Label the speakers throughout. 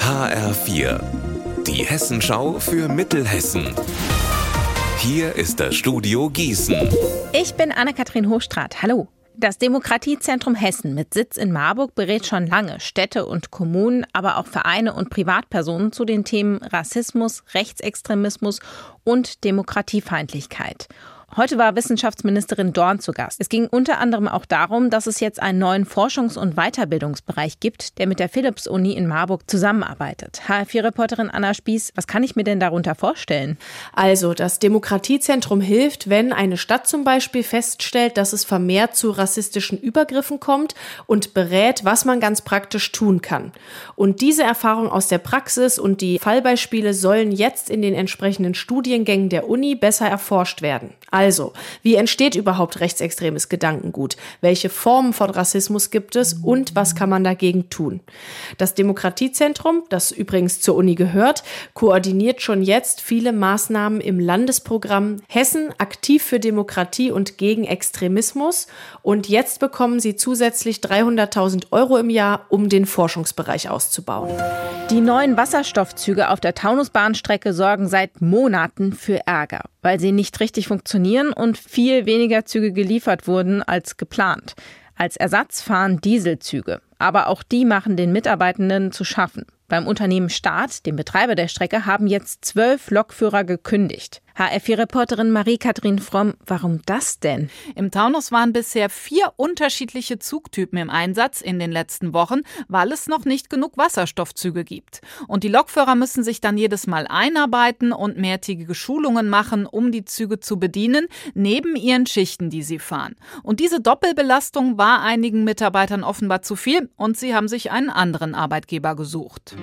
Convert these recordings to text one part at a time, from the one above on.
Speaker 1: HR4, die Hessenschau für Mittelhessen. Hier ist das Studio Gießen.
Speaker 2: Ich bin Anne-Kathrin Hochstraat. Hallo. Das Demokratiezentrum Hessen mit Sitz in Marburg berät schon lange Städte und Kommunen, aber auch Vereine und Privatpersonen zu den Themen Rassismus, Rechtsextremismus und Demokratiefeindlichkeit. Heute war Wissenschaftsministerin Dorn zu Gast. Es ging unter anderem auch darum, dass es jetzt einen neuen Forschungs- und Weiterbildungsbereich gibt, der mit der Philipps-Uni in Marburg zusammenarbeitet. HR4-Reporterin Anna Spieß, was kann ich mir denn darunter vorstellen?
Speaker 3: Also, das Demokratiezentrum hilft, wenn eine Stadt zum Beispiel feststellt, dass es vermehrt zu rassistischen Übergriffen kommt und berät, was man ganz praktisch tun kann. Und diese Erfahrung aus der Praxis und die Fallbeispiele sollen jetzt in den entsprechenden Studiengängen der Uni besser erforscht werden. Also, wie entsteht überhaupt rechtsextremes Gedankengut? Welche Formen von Rassismus gibt es und was kann man dagegen tun? Das Demokratiezentrum, das übrigens zur Uni gehört, koordiniert schon jetzt viele Maßnahmen im Landesprogramm Hessen aktiv für Demokratie und gegen Extremismus. Und jetzt bekommen sie zusätzlich 300.000 € im Jahr, um den Forschungsbereich auszubauen.
Speaker 2: Die neuen Wasserstoffzüge auf der Taunusbahnstrecke sorgen seit Monaten für Ärger, weil sie nicht richtig funktionieren und viel weniger Züge geliefert wurden als geplant. Als Ersatz fahren Dieselzüge, aber auch die machen den Mitarbeitenden zu schaffen. Beim Unternehmen Start, dem Betreiber der Strecke, haben jetzt 12 Lokführer gekündigt. HR4-Reporterin Marie-Kathrin Fromm, warum das denn?
Speaker 4: Im Taunus waren bisher 4 unterschiedliche Zugtypen im Einsatz in den letzten Wochen, weil es noch nicht genug Wasserstoffzüge gibt. Und die Lokführer müssen sich dann jedes Mal einarbeiten und mehrtägige Schulungen machen, um die Züge zu bedienen, neben ihren Schichten, die sie fahren. Und diese Doppelbelastung war einigen Mitarbeitern offenbar zu viel und sie haben sich einen anderen Arbeitgeber gesucht.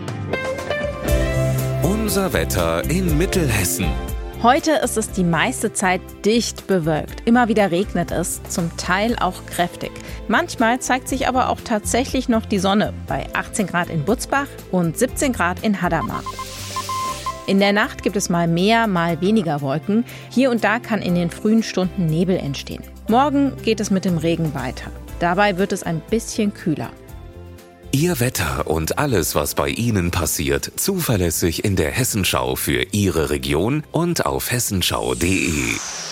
Speaker 1: Unser Wetter in Mittelhessen.
Speaker 2: Heute ist es die meiste Zeit dicht bewölkt. Immer wieder regnet es, zum Teil auch kräftig. Manchmal zeigt sich aber auch tatsächlich noch die Sonne bei 18 Grad in Butzbach und 17 Grad in Hadamar. In der Nacht gibt es mal mehr, mal weniger Wolken. Hier und da kann in den frühen Stunden Nebel entstehen. Morgen geht es mit dem Regen weiter. Dabei wird es ein bisschen kühler.
Speaker 1: Ihr Wetter und alles, was bei Ihnen passiert, zuverlässig in der Hessenschau für Ihre Region und auf hessenschau.de.